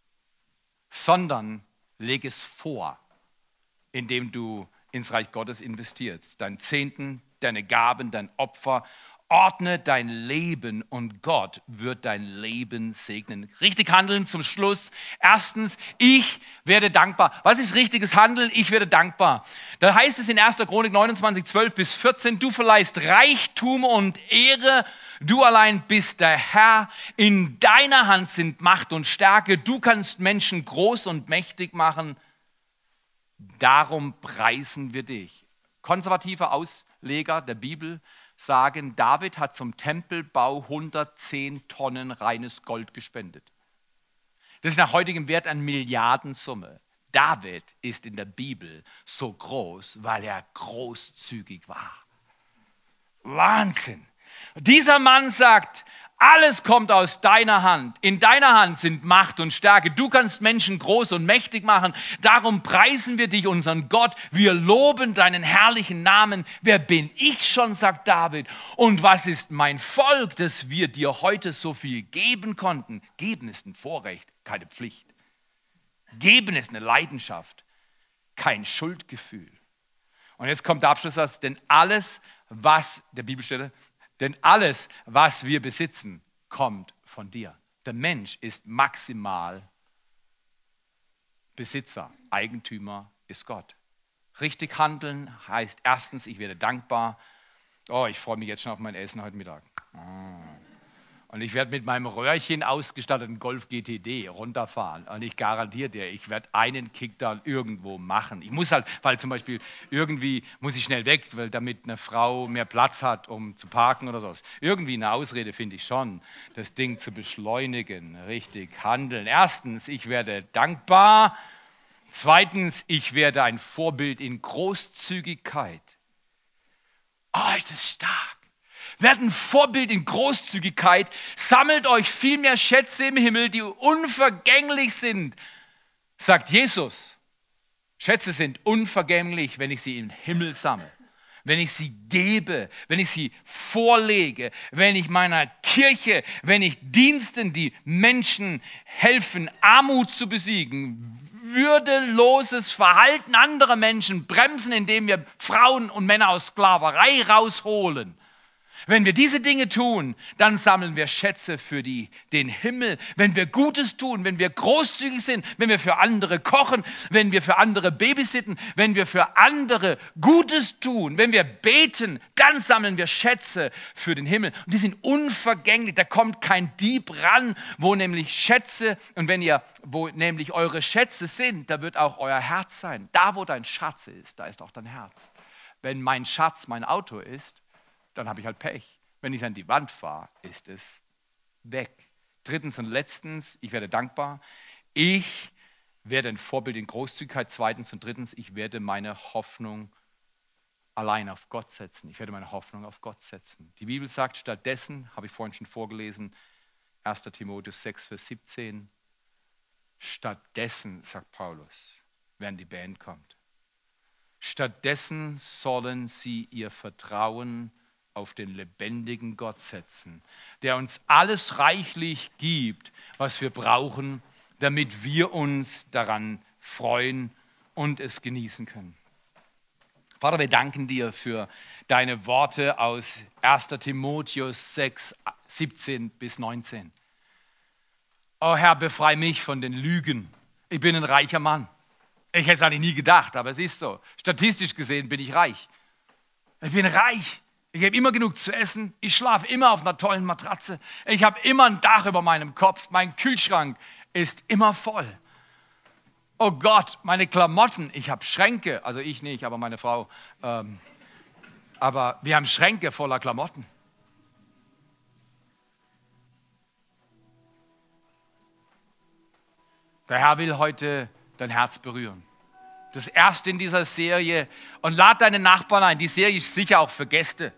Sondern leg es vor, indem du ins Reich Gottes investierst. Dein Zehnten, deine Gaben, dein Opfer. Ordne dein Leben und Gott wird dein Leben segnen. Richtig handeln zum Schluss. Erstens, ich werde dankbar. Was ist richtiges Handeln? Ich werde dankbar. Da heißt es in 1. Chronik 29, 12-14, du verleihst Reichtum und Ehre. Du allein bist der Herr. In deiner Hand sind Macht und Stärke. Du kannst Menschen groß und mächtig machen. Darum preisen wir dich. Konservative Ausleger der Bibel sagen, David hat zum Tempelbau 110 Tonnen reines Gold gespendet. Das ist nach heutigem Wert eine Milliardensumme. David ist in der Bibel so groß, weil er großzügig war. Wahnsinn. Dieser Mann sagt, alles kommt aus deiner Hand. In deiner Hand sind Macht und Stärke. Du kannst Menschen groß und mächtig machen. Darum preisen wir dich, unseren Gott. Wir loben deinen herrlichen Namen. Wer bin ich schon, sagt David. Und was ist mein Volk, dass wir dir heute so viel geben konnten? Geben ist ein Vorrecht, keine Pflicht. Geben ist eine Leidenschaft, kein Schuldgefühl. Und jetzt kommt der Abschlusssatz, denn alles, was wir besitzen, kommt von dir. Der Mensch ist maximal Besitzer, Eigentümer ist Gott. Richtig handeln heißt erstens, ich werde dankbar. Oh, ich freue mich jetzt schon auf mein Essen heute Mittag. Und ich werde mit meinem Röhrchen ausgestatteten Golf GTD runterfahren. Und ich garantiere dir, ich werde einen Kickdown irgendwo machen. Ich muss halt, weil zum Beispiel irgendwie muss ich schnell weg, weil damit eine Frau mehr Platz hat, um zu parken oder so. Irgendwie eine Ausrede finde ich schon, das Ding zu beschleunigen, richtig handeln. Erstens, ich werde dankbar. Zweitens, ich werde ein Vorbild in Großzügigkeit. Oh, ist das stark. Werdet ein Vorbild in Großzügigkeit, sammelt euch viel mehr Schätze im Himmel, die unvergänglich sind, sagt Jesus. Schätze sind unvergänglich, wenn ich sie im Himmel sammle, wenn ich sie gebe, wenn ich sie vorlege, wenn ich meiner Kirche, wenn ich Diensten, die Menschen helfen, Armut zu besiegen, würdeloses Verhalten anderer Menschen bremsen, indem wir Frauen und Männer aus Sklaverei rausholen. Wenn wir diese Dinge tun, dann sammeln wir Schätze für den Himmel. Wenn wir Gutes tun, wenn wir großzügig sind, wenn wir für andere kochen, wenn wir für andere babysitten, wenn wir für andere Gutes tun, wenn wir beten, dann sammeln wir Schätze für den Himmel. Und die sind unvergänglich, da kommt kein Dieb ran, wo nämlich Schätze, und wo nämlich eure Schätze sind, da wird auch euer Herz sein. Da, wo dein Schatz ist, da ist auch dein Herz. Wenn mein Schatz mein Auto ist, dann habe ich halt Pech. Wenn ich an die Wand fahre, ist es weg. Drittens und letztens, ich werde dankbar. Ich werde ein Vorbild in Großzügigkeit. Zweitens und drittens, ich werde meine Hoffnung allein auf Gott setzen. Ich werde meine Hoffnung auf Gott setzen. Die Bibel sagt stattdessen, habe ich vorhin schon vorgelesen, 1. Timotheus 6, Vers 17, stattdessen, sagt Paulus, wenn die Band kommt, stattdessen sollen sie ihr Vertrauen auf den lebendigen Gott setzen, der uns alles reichlich gibt, was wir brauchen, damit wir uns daran freuen und es genießen können. Vater, wir danken dir für deine Worte aus 1. Timotheus 6, 17 bis 19. Oh Herr, befreie mich von den Lügen. Ich bin ein reicher Mann. Ich hätte es eigentlich nie gedacht, aber es ist so. Statistisch gesehen bin ich reich. Ich bin reich. Ich habe immer genug zu essen. Ich schlafe immer auf einer tollen Matratze. Ich habe immer ein Dach über meinem Kopf. Mein Kühlschrank ist immer voll. Oh Gott, meine Klamotten. Ich habe Schränke. Also ich nicht, aber meine Frau. Aber wir haben Schränke voller Klamotten. Der Herr will heute dein Herz berühren. Das erste in dieser Serie. Und lad deine Nachbarn ein. Die Serie ist sicher auch für Gäste.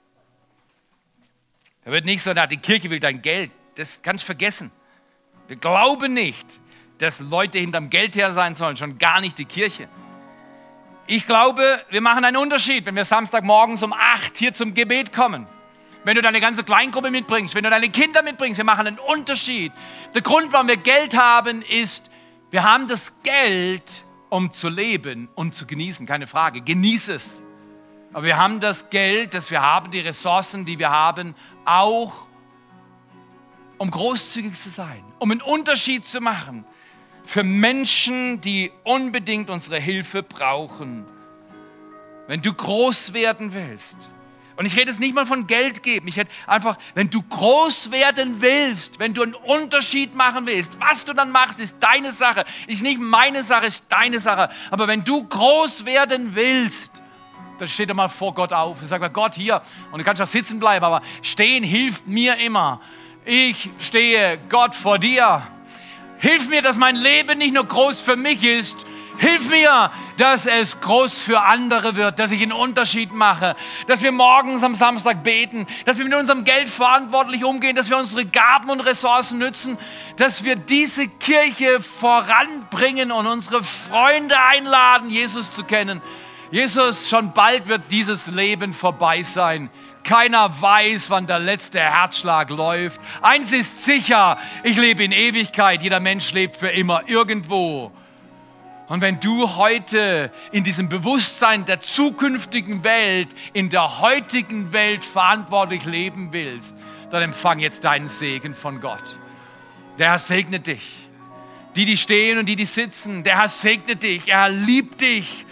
Da wird nicht so, die Kirche will dein Geld. Das kannst du vergessen. Wir glauben nicht, dass Leute hinterm Geld her sein sollen. Schon gar nicht die Kirche. Ich glaube, wir machen einen Unterschied, wenn wir Samstagmorgens um 8 hier zum Gebet kommen. Wenn du deine ganze Kleingruppe mitbringst, wenn du deine Kinder mitbringst, wir machen einen Unterschied. Der Grund, warum wir Geld haben, ist, wir haben das Geld, um zu leben und zu genießen, keine Frage. Genieß es. Aber wir haben das Geld, das wir haben, die Ressourcen, die wir haben, auch um großzügig zu sein, um einen Unterschied zu machen für Menschen, die unbedingt unsere Hilfe brauchen. Wenn du groß werden willst, und ich rede jetzt nicht mal von Geld geben, ich rede einfach, wenn du groß werden willst, wenn du einen Unterschied machen willst, was du dann machst, ist deine Sache, ist nicht meine Sache, ist deine Sache. Aber wenn du groß werden willst, dann steh doch mal vor Gott auf. Ich sage mal, Gott, hier, und du kannst auch sitzen bleiben, aber stehen hilft mir immer. Ich stehe, Gott, vor dir. Hilf mir, dass mein Leben nicht nur groß für mich ist. Hilf mir, dass es groß für andere wird, dass ich einen Unterschied mache, dass wir morgens am Samstag beten, dass wir mit unserem Geld verantwortlich umgehen, dass wir unsere Gaben und Ressourcen nützen, dass wir diese Kirche voranbringen und unsere Freunde einladen, Jesus zu kennen. Jesus, schon bald wird dieses Leben vorbei sein. Keiner weiß, wann der letzte Herzschlag läuft. Eins ist sicher, ich lebe in Ewigkeit. Jeder Mensch lebt für immer irgendwo. Und wenn du heute in diesem Bewusstsein der zukünftigen Welt, in der heutigen Welt verantwortlich leben willst, dann empfang jetzt deinen Segen von Gott. Der Herr segne dich. Die stehen und die sitzen, der Herr segne dich. Er liebt dich.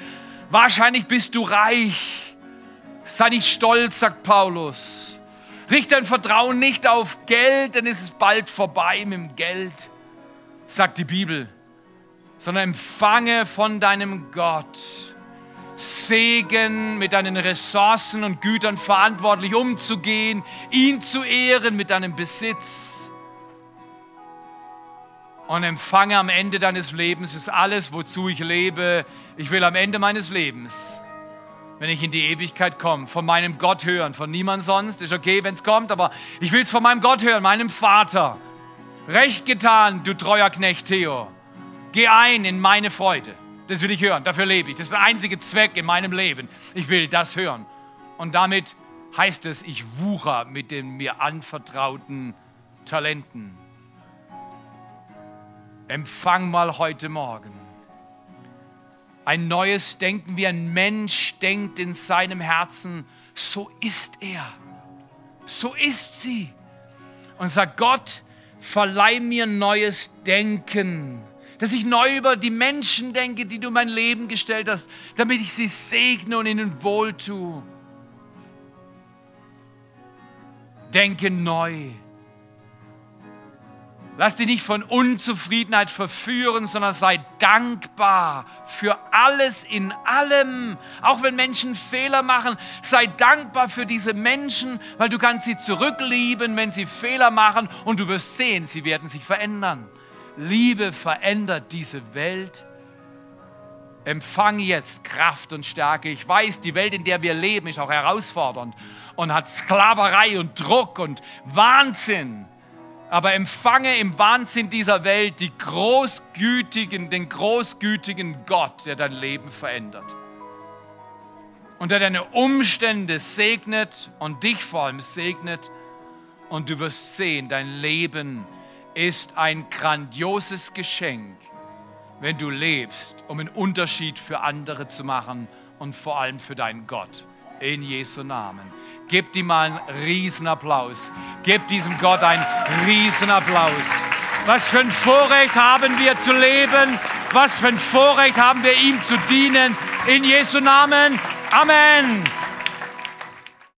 Wahrscheinlich bist du reich. Sei nicht stolz, sagt Paulus. Richte dein Vertrauen nicht auf Geld, denn es ist bald vorbei mit dem Geld, sagt die Bibel. Sondern empfange von deinem Gott Segen, mit deinen Ressourcen und Gütern verantwortlich umzugehen, ihn zu ehren mit deinem Besitz. Und empfange am Ende deines Lebens ist alles, wozu ich lebe. Ich will am Ende meines Lebens, wenn ich in die Ewigkeit komme, von meinem Gott hören, von niemand sonst. Ist okay, wenn es kommt, aber ich will es von meinem Gott hören, meinem Vater. Recht getan, du treuer Knecht Theo. Geh ein in meine Freude. Das will ich hören, dafür lebe ich. Das ist der einzige Zweck in meinem Leben. Ich will das hören. Und damit heißt es, ich wucher mit den mir anvertrauten Talenten. Empfang mal heute Morgen ein neues Denken, wie ein Mensch denkt in seinem Herzen. So ist er. So ist sie. Und sag Gott, verleih mir neues Denken. Dass ich neu über die Menschen denke, die du in mein Leben gestellt hast, damit ich sie segne und ihnen wohltue. Denke neu. Lass dich nicht von Unzufriedenheit verführen, sondern sei dankbar für alles in allem. Auch wenn Menschen Fehler machen, sei dankbar für diese Menschen, weil du kannst sie zurücklieben, wenn sie Fehler machen und du wirst sehen, sie werden sich verändern. Liebe verändert diese Welt. Empfang jetzt Kraft und Stärke. Ich weiß, die Welt, in der wir leben, ist auch herausfordernd und hat Sklaverei und Druck und Wahnsinn. Aber empfange im Wahnsinn dieser Welt den großgütigen Gott, der dein Leben verändert. Und der deine Umstände segnet und dich vor allem segnet. Und du wirst sehen, dein Leben ist ein grandioses Geschenk, wenn du lebst, um einen Unterschied für andere zu machen und vor allem für deinen Gott. In Jesu Namen. Gebt ihm mal einen Riesenapplaus. Gebt diesem Gott einen Riesenapplaus. Was für ein Vorrecht haben wir zu leben. Was für ein Vorrecht haben wir ihm zu dienen. In Jesu Namen. Amen.